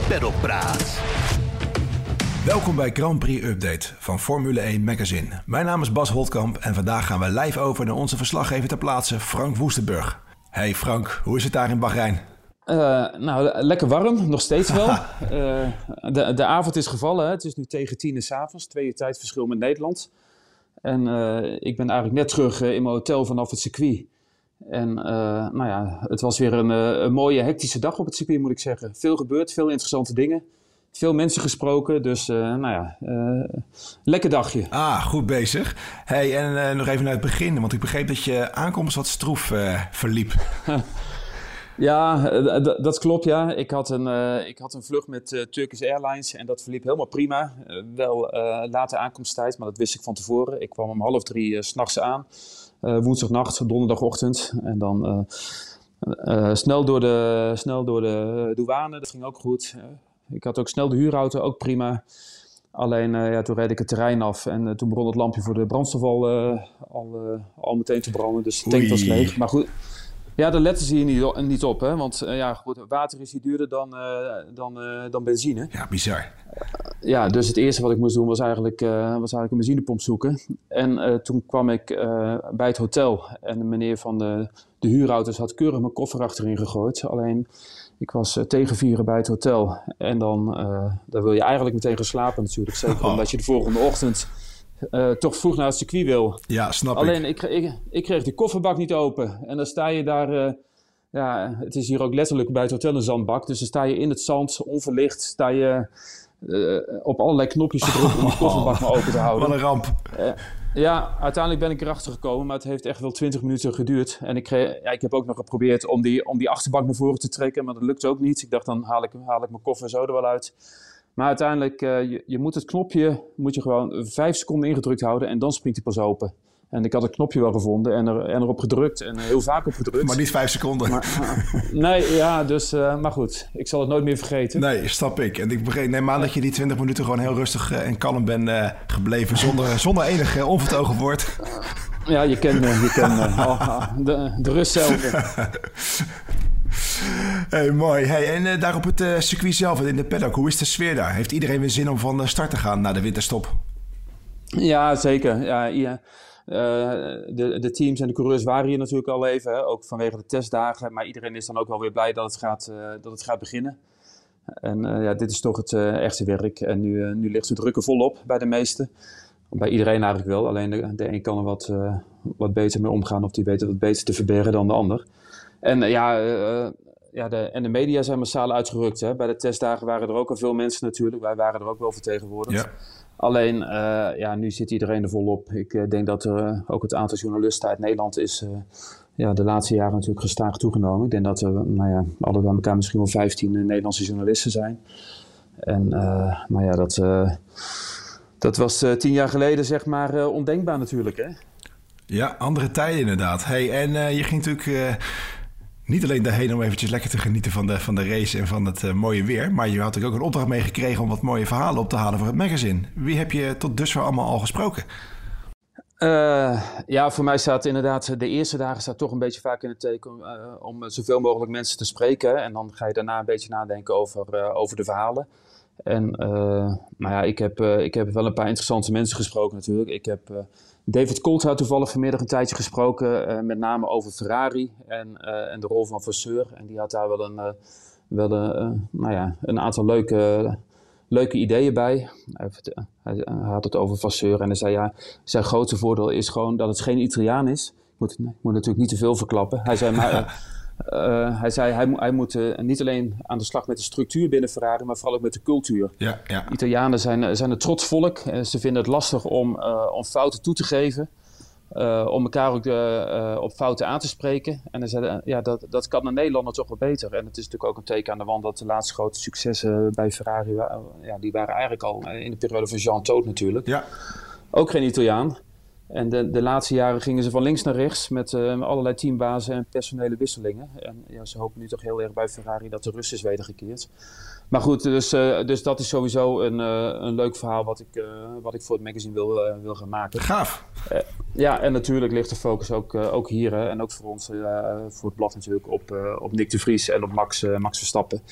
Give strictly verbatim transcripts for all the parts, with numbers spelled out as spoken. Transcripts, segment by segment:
Pedalpraat. Welkom bij Grand Prix Update van Formule één Magazine. Mijn naam is Bas Holtkamp en vandaag gaan we live over naar onze verslaggever ter plaatse, Frank Woestenburg. Hey Frank, hoe is het daar in Bahrein? Uh, nou, lekker warm, nog steeds wel. uh, de, de avond is gevallen, hè. Het is nu tegen tien uur 's avonds, twee uur tijdverschil met Nederland. En uh, ik ben eigenlijk net terug uh, in mijn hotel vanaf het circuit. En uh, nou ja, het was weer een, uh, een mooie hectische dag op het circuit, moet ik zeggen. Veel gebeurd, veel interessante dingen. Veel mensen gesproken, dus uh, nou ja, uh, lekker dagje. Ah, goed bezig. Hey, en uh, nog even naar het begin, want ik begreep dat je aankomst wat stroef uh, verliep. Ja, uh, d- dat klopt, ja. Ik had een, uh, ik had een vlucht met uh, Turkish Airlines en dat verliep helemaal prima. Uh, wel uh, late aankomsttijd, maar dat wist ik van tevoren. Ik kwam om half drie uh, 's nachts aan, uh, woensdagnacht, donderdagochtend. En dan uh, uh, snel, door de, snel door de douane, dat ging ook goed. Uh, Ik had ook snel de huurauto, ook prima. Alleen uh, ja, toen reed ik het terrein af en uh, toen begon het lampje voor de brandstof al, uh, al, uh, al meteen te branden. Dus de tank Oei. was leeg. Maar goed, ja, daar letten ze hier niet, niet op. Hè? Want uh, ja, goed, water is hier duurder dan, uh, dan, uh, dan benzine. Ja, bizar. Ja, dus het eerste wat ik moest doen was eigenlijk, uh, was eigenlijk een benzinepomp zoeken. En uh, toen kwam ik uh, bij het hotel en de meneer van de, de huurauto's had keurig mijn koffer achterin gegooid. Alleen ik was uh, tegen vieren bij het hotel en dan, uh, dan wil je eigenlijk meteen gaan slapen natuurlijk. Zeker Oh. omdat je de volgende ochtend uh, toch vroeg naar het circuit wil. Ja, snap Alleen ik. ik, ik, ik kreeg de kofferbak niet open en dan sta je daar... Uh, ja, het is hier ook letterlijk bij het hotel een zandbak. Dus dan sta je in het zand, onverlicht, sta je... Uh, op allerlei knopjes te drukken om die kofferbak maar open te houden. Wat een ramp. Uh, ja, uiteindelijk ben ik erachter gekomen, maar het heeft echt wel twintig minuten geduurd. En ik, kreeg, ja, ik heb ook nog geprobeerd om die, om die achterbak naar voren te trekken, maar dat lukte ook niet. Ik dacht, dan haal ik, haal ik mijn koffer zo er wel uit. Maar uiteindelijk, uh, je, je moet het knopje moet je gewoon vijf seconden ingedrukt houden en dan springt hij pas open. En ik had het knopje wel gevonden en, er, en erop gedrukt en heel vaak op gedrukt. Maar niet vijf seconden. Maar, uh, nee, ja, dus, uh, maar goed. Ik zal het nooit meer vergeten. Nee, snap ik. En ik begreep, neem aan dat je die twintig minuten gewoon heel rustig uh, en kalm bent uh, gebleven. Zonder, zonder enig uh, onvertogen woord. Ja, je kent me. Je kent me. Oh, de, de rust zelf. Hey, mooi. Hey, en uh, daar op het uh, circuit zelf, in de paddock, hoe is de sfeer daar? Heeft iedereen weer zin om van uh, start te gaan na de winterstop? Ja, zeker. Ja, ja. Uh, de, de teams en de coureurs waren hier natuurlijk al even, hè, ook vanwege de testdagen. Maar iedereen is dan ook wel weer blij dat het gaat, uh, dat het gaat beginnen. En uh, ja, dit is toch het uh, echte werk. En nu, uh, nu ligt de druk er volop bij de meesten. Bij iedereen eigenlijk wel. Alleen de, de een kan er wat, uh, wat beter mee omgaan of die weet het wat beter te verbergen dan de ander. En uh, ja, uh, ja de, en de media zijn massaal uitgerukt. Hè. Bij de testdagen waren er ook al veel mensen natuurlijk. Wij waren er ook wel vertegenwoordigd. Ja. Alleen, uh, ja, nu zit iedereen er volop. Ik uh, denk dat er uh, ook het aantal journalisten uit Nederland is uh, ja, de laatste jaren natuurlijk gestaag toegenomen. Ik denk dat er, nou ja, alle bij elkaar misschien wel vijftien uh, Nederlandse journalisten zijn. En uh, nou ja, dat, uh, dat was uh, tien jaar geleden zeg maar uh, ondenkbaar natuurlijk, hè? Ja, andere tijden inderdaad. Hey, en uh, je ging natuurlijk... Uh... Niet alleen daarheen om eventjes lekker te genieten van de, van de race en van het uh, mooie weer. Maar je had natuurlijk ook een opdracht meegekregen om wat mooie verhalen op te halen voor het magazine. Wie heb je tot dusver allemaal al gesproken? Uh, ja, voor mij staat inderdaad de eerste dagen staat toch een beetje vaak in het teken uh, om zoveel mogelijk mensen te spreken. En dan ga je daarna een beetje nadenken over, uh, over de verhalen. En uh, nou ja, ik heb, uh, ik heb wel een paar interessante mensen gesproken natuurlijk. Ik heb... Uh, David Coulthard toevallig vanmiddag een tijdje gesproken, uh, met name over Ferrari en, uh, en de rol van Vasseur. En die had daar wel een, uh, wel een, uh, nou ja, een aantal leuke, uh, leuke ideeën bij. Hij, hij, hij had het over Vasseur en hij zei ja, zijn grootste voordeel is gewoon dat het geen Italiaan is. Ik moet, ik moet natuurlijk niet te veel verklappen. Hij zei maar... Uh, Uh, hij zei hij, hij moet uh, niet alleen aan de slag met de structuur binnen Ferrari, maar vooral ook met de cultuur. Ja, ja. Italianen zijn, zijn een trots volk. Uh, ze vinden het lastig om, uh, om fouten toe te geven. Uh, om elkaar ook uh, uh, op fouten aan te spreken. En hij zei, uh, ja, dat, dat kan een Nederlander toch wel beter. En het is natuurlijk ook een teken aan de wand dat de laatste grote successen bij Ferrari, uh, ja, die waren eigenlijk al uh, in de periode van Jean Todt natuurlijk. Ja. Ook geen Italiaan. En de, de laatste jaren gingen ze van links naar rechts met uh, allerlei teambazen en personele wisselingen. En ja, ze hopen nu toch heel erg bij Ferrari dat de rust is wedergekeerd. Maar goed, dus, uh, dus dat is sowieso een, uh, een leuk verhaal wat ik, uh, wat ik voor het magazine wil, uh, wil gaan maken. Gaaf. Uh, ja, en natuurlijk ligt de focus ook, uh, ook hier hè, en ook voor ons, uh, voor het blad natuurlijk, op, uh, op Nick de Vries en op Max, uh, Max Verstappen.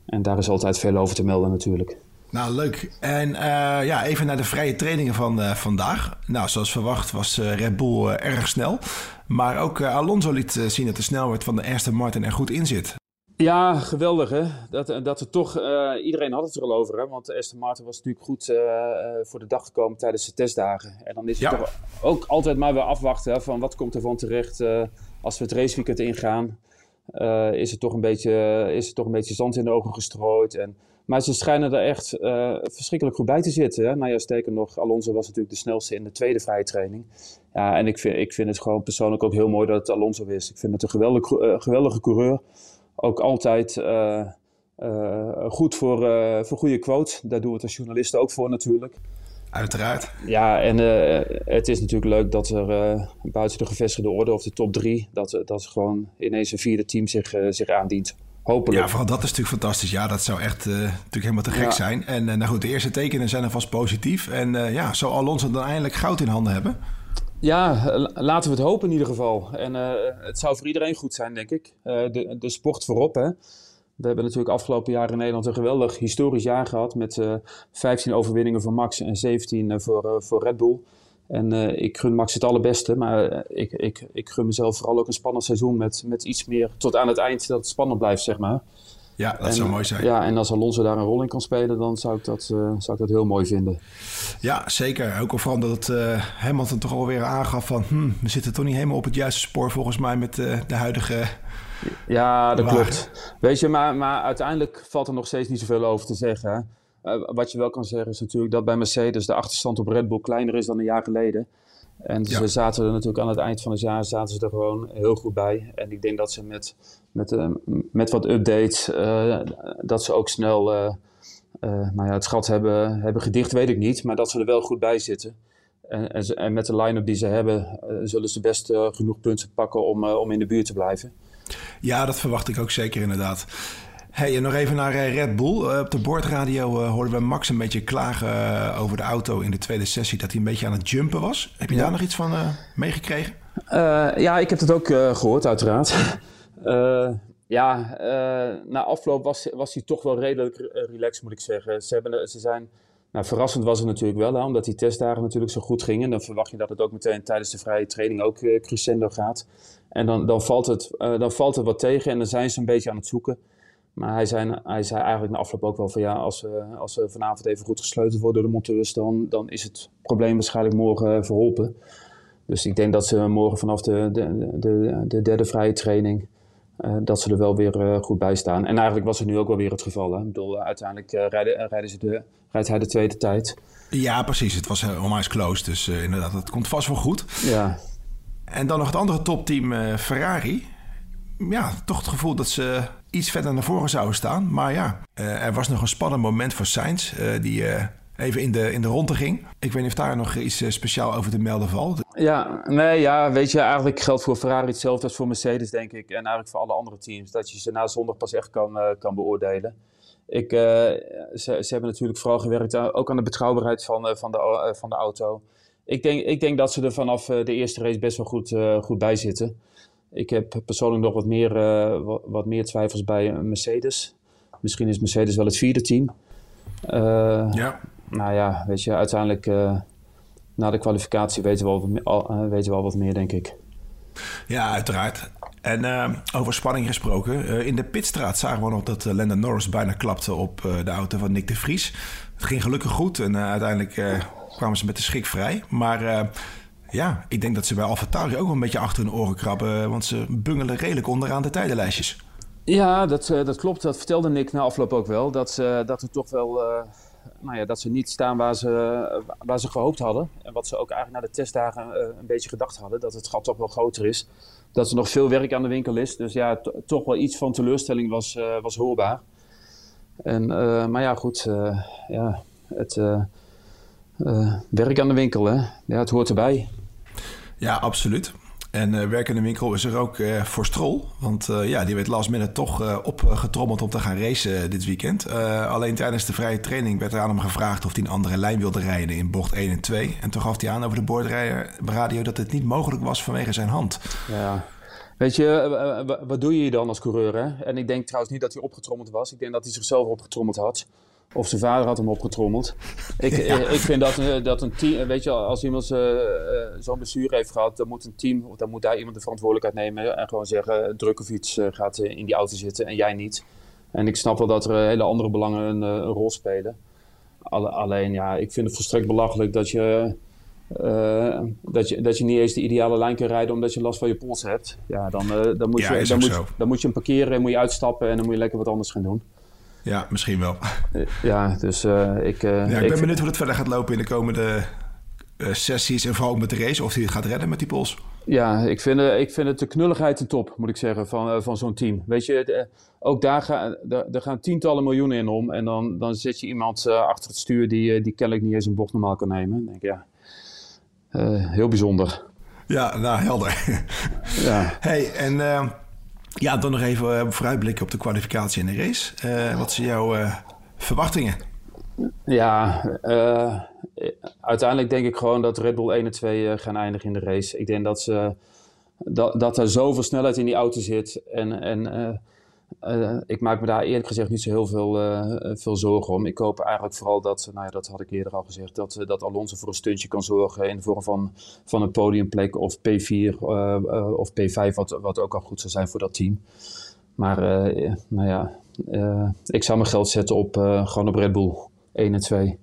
En daar is altijd veel over te melden natuurlijk. Nou, leuk. En uh, ja, even naar de vrije trainingen van uh, vandaag. Nou, zoals verwacht was uh, Red Bull uh, erg snel. Maar ook uh, Alonso liet uh, zien dat de snelheid van de Aston Martin er goed in zit. Ja, geweldig hè. Dat, dat er toch, uh, iedereen had het er al over hè. Want de Aston Martin was natuurlijk goed uh, voor de dag gekomen tijdens de testdagen. En dan is het ja. toch ook altijd maar weer afwachten hè, van wat komt er van terecht uh, als we het raceweekend ingaan. Uh, is, het toch een beetje, is het toch een beetje zand in de ogen gestrooid. En, maar ze schijnen er echt uh, verschrikkelijk goed bij te zitten. Hè? Nou ja, sterker nog, Alonso was natuurlijk de snelste in de tweede vrije training. Ja, en ik vind, ik vind het gewoon persoonlijk ook heel mooi dat het Alonso is. Ik vind het een geweldig, uh, geweldige coureur. Ook altijd uh, uh, goed voor, uh, voor goede quotes. Daar doen we het als journalisten ook voor natuurlijk. Uiteraard. Ja, en uh, het is natuurlijk leuk dat er uh, buiten de gevestigde orde of de top drie... dat, dat er gewoon ineens een vierde team zich, uh, zich aandient. Hopelijk. Ja, vooral dat is natuurlijk fantastisch. Ja, dat zou echt uh, natuurlijk helemaal te gek ja. zijn. En uh, nou goed, de eerste tekenen zijn alvast positief. En uh, ja, zou Alonso dan eindelijk goud in handen hebben? Ja, laten we het hopen in ieder geval. En uh, het zou voor iedereen goed zijn, denk ik. Uh, de, de sport voorop, hè. We hebben natuurlijk afgelopen jaar in Nederland een geweldig historisch jaar gehad... met uh, vijftien overwinningen voor Max en zeventien uh, voor, uh, voor Red Bull. En uh, ik gun Max het allerbeste, maar uh, ik, ik, ik gun mezelf vooral ook een spannend seizoen... Met, met iets meer tot aan het eind dat het spannend blijft, zeg maar. Ja, dat en, zou mooi zijn. Ja, en als Alonso daar een rol in kan spelen, dan zou ik dat, uh, zou ik dat heel mooi vinden. Ja, zeker. Ook al vooral dat het uh, Hamilton toch alweer aangaf van... Hm, we zitten toch niet helemaal op het juiste spoor volgens mij met uh, de huidige... Ja, dat wagen. klopt. Weet je, maar, maar uiteindelijk valt er nog steeds niet zoveel over te zeggen. Hè? Uh, wat je wel kan zeggen is natuurlijk dat bij Mercedes de achterstand op Red Bull kleiner is dan een jaar geleden. En ja. ze zaten er natuurlijk aan het eind van het jaar zaten ze er gewoon heel goed bij. En ik denk dat ze met, met, uh, met wat updates, uh, dat ze ook snel uh, uh, nou ja, het gat hebben, hebben gedicht, weet ik niet. Maar dat ze er wel goed bij zitten. En, en, en met de line-up die ze hebben, uh, zullen ze best uh, genoeg punten pakken om, uh, om in de buurt te blijven. Ja, dat verwacht ik ook zeker inderdaad. Hey, en nog even naar uh, Red Bull. Uh, op de boordradio uh, hoorden we Max een beetje klagen uh, over de auto in de tweede sessie... dat hij een beetje aan het jumpen was. Heb je ja. daar nog iets van uh, meegekregen? Uh, ja, ik heb het ook uh, gehoord, uiteraard. uh, ja, uh, na afloop was, was hij toch wel redelijk uh, relaxed, moet ik zeggen. Ze, hebben, ze zijn... Nou, verrassend was het natuurlijk wel, hè, omdat die testdagen natuurlijk zo goed gingen. Dan verwacht je dat het ook meteen tijdens de vrije training ook uh, crescendo gaat. En dan, dan, valt het, uh, dan valt het wat tegen en dan zijn ze een beetje aan het zoeken. Maar hij zei, hij zei eigenlijk na afloop ook wel van ja, als we, als we vanavond even goed gesleuteld worden door de monteurs, dan, dan is het probleem waarschijnlijk morgen verholpen. Dus ik denk dat ze morgen vanaf de, de, de, de derde vrije training, uh, dat ze er wel weer uh, goed bij staan. En eigenlijk was het nu ook wel weer het geval. Hè? Ik bedoel, uh, uiteindelijk uh, rijden, uh, rijden ze de, rijdt hij de tweede tijd. Ja, precies. Het was uh, onwijs close, dus uh, inderdaad, dat komt vast wel goed. Ja. En dan nog het andere topteam, uh, Ferrari. Ja, toch het gevoel dat ze iets verder naar voren zouden staan. Maar ja, uh, er was nog een spannend moment voor Sainz, uh, die uh, even in de, in de ronde ging. Ik weet niet of daar nog iets uh, speciaal over te melden valt. Ja, nee, ja, weet je, eigenlijk geldt voor Ferrari hetzelfde als voor Mercedes, denk ik. En eigenlijk voor alle andere teams, dat je ze na zondag pas echt kan, uh, kan beoordelen. Ik, uh, ze, ze hebben natuurlijk vooral gewerkt aan, ook aan de betrouwbaarheid van, uh, van, de, uh, van de auto. Ik denk, ik denk dat ze er vanaf uh, de eerste race best wel goed, uh, goed bij zitten. Ik heb persoonlijk nog wat meer, uh, wat, wat meer twijfels bij Mercedes. Misschien is Mercedes wel het vierde team. Uh, ja. Nou ja, weet je, uiteindelijk uh, na de kwalificatie weten we, al, al, uh, weten we al wat meer, denk ik. Ja, uiteraard. En uh, over spanning gesproken. Uh, in de pitstraat zagen we nog dat uh, Lando Norris bijna klapte op uh, de auto van Nick de Vries. Het ging gelukkig goed en uh, uiteindelijk uh, kwamen ze met de schrik vrij. Maar uh, ja, ik denk dat ze bij AlphaTauri ook wel een beetje achter hun oren krabben. Want ze bungelen redelijk onderaan de tijdenlijstjes. Ja, dat, uh, dat klopt. Dat vertelde Nick na afloop ook wel. Dat, ze, dat er toch wel... Uh, nou ja, dat ze niet staan waar ze, waar ze gehoopt hadden. En wat ze ook eigenlijk na de testdagen uh, een beetje gedacht hadden. Dat het gat toch wel groter is. Dat er nog veel werk aan de winkel is. Dus ja, to, toch wel iets van teleurstelling was, uh, was hoorbaar. En, uh, maar ja, goed. Uh, ja, het uh, uh, werk aan de winkel, hè. Ja, het hoort erbij. Ja, absoluut. En uh, werk in de winkel is er ook uh, voor Stroll. Want uh, ja, die werd last minute toch uh, opgetrommeld om te gaan racen uh, dit weekend. Uh, alleen tijdens de vrije training werd er aan hem gevraagd of hij een andere lijn wilde rijden in bocht één en twee. En toen gaf hij aan over de boordradio dat het niet mogelijk was vanwege zijn hand. Ja, Weet je, uh, wat doe je hier dan als coureur? Hè? En ik denk trouwens niet dat hij opgetrommeld was. Ik denk dat hij zichzelf opgetrommeld had. Of zijn vader had hem opgetrommeld. Ik, ja. ik vind dat, dat een team, weet je, als iemand uh, zo'n blessure heeft gehad, dan moet een team, dan moet daar iemand de verantwoordelijkheid nemen en gewoon zeggen, Drukovic uh, gaat in die auto zitten en jij niet. En ik snap wel dat er hele andere belangen een, een rol spelen. Alle, alleen, ja, ik vind het volstrekt belachelijk dat je, uh, dat je, dat je niet eens de ideale lijn kan rijden omdat je last van je pols hebt. Ja, dan, uh, dan, moet, ja, je, dan, moet, zo. dan moet je hem parkeren en moet je uitstappen en dan moet je lekker wat anders gaan doen. Ja, misschien wel. Ja, dus uh, ik... Uh, ja, ik ben ik, benieuwd hoe het verder gaat lopen in de komende uh, sessies en vooral ook met de race. Of hij het gaat redden met die pols. Ja, ik vind, uh, ik vind het de knulligheid ten top, moet ik zeggen, van, uh, van zo'n team. Weet je, de, ook daar gaan, er gaan tientallen miljoenen in om. En dan, dan zet je iemand uh, achter het stuur die, uh, die kennelijk niet eens een bocht normaal kan nemen. Dan denk ik, ja, uh, heel bijzonder. Ja, nou, helder. Ja. Hey, en... Uh, Ja, dan nog even vooruitblikken op de kwalificatie en de race. Uh, wat zijn jouw uh, verwachtingen? Ja, uh, uiteindelijk denk ik gewoon dat Red Bull één en twee uh, gaan eindigen in de race. Ik denk dat, ze, dat, dat er zoveel snelheid in die auto zit. En, en uh, uh, ik maak me daar eerlijk gezegd niet zo heel veel, uh, veel zorgen om. Ik hoop eigenlijk vooral dat, nou ja, dat had ik eerder al gezegd, dat, dat Alonso voor een stuntje kan zorgen in de vorm van, van een podiumplek of P vier uh, uh, of P vijf, wat, wat ook al goed zou zijn voor dat team. Maar uh, nou ja, uh, ik zou mijn geld zetten op, uh, gewoon op Red Bull één en twee.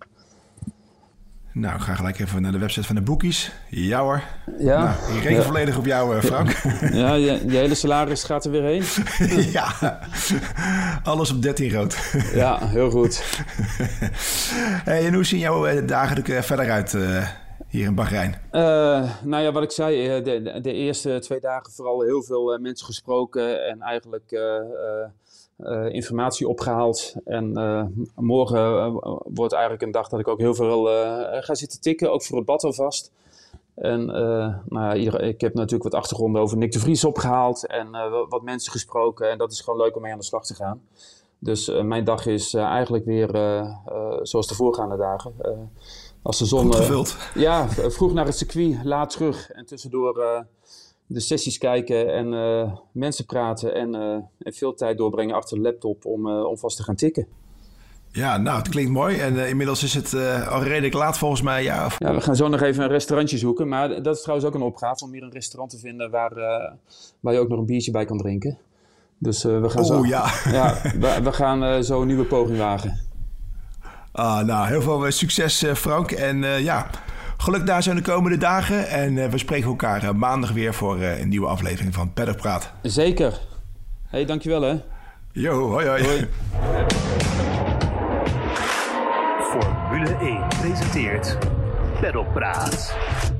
Nou, ik ga gelijk even naar de website van de bookies. Ja hoor. Ja. Nou, ik reken ja. volledig op jou, Frank. Ja, je, je hele salaris gaat er weer heen. Ja, alles op dertien rood. Ja, heel goed. Hey, en hoe zien jouw dagen er verder uit uh, hier in Bahrein? Uh, nou ja, wat ik zei, de, de eerste twee dagen vooral heel veel uh, mensen gesproken en eigenlijk... Uh, uh, Uh, informatie opgehaald. En uh, morgen uh, wordt eigenlijk een dag dat ik ook heel veel uh, ga zitten tikken, ook voor het bad alvast. En uh, nou ja, ieder, ik heb natuurlijk wat achtergronden over Nick de Vries opgehaald en uh, wat mensen gesproken. En dat is gewoon leuk om mee aan de slag te gaan. Dus uh, mijn dag is uh, eigenlijk weer uh, uh, zoals de voorgaande dagen. Uh, als de zon, Goed gevuld. Uh, ja, vroeg naar het circuit, laat terug en tussendoor... Uh, de sessies kijken en uh, mensen praten en, uh, en veel tijd doorbrengen achter de laptop om, uh, om vast te gaan tikken. Ja, nou, het klinkt mooi. En uh, inmiddels is het uh, al redelijk laat volgens mij. Ja, of... ja, we gaan zo nog even een restaurantje zoeken. Maar dat is trouwens ook een opgave om hier een restaurant te vinden waar, uh, waar je ook nog een biertje bij kan drinken. Dus uh, we gaan oh, zo, ja. ja, we, we gaan uh, zo een nieuwe poging wagen. Ah, nou, heel veel succes uh, Frank. En uh, ja... Geluk daar zo in de komende dagen. En uh, we spreken elkaar uh, maandag weer voor uh, een nieuwe aflevering van Paddock Praat. Zeker. Hey, dankjewel hè. Jo, hoi hoi. hoi. Formule één presenteert Paddock Praat.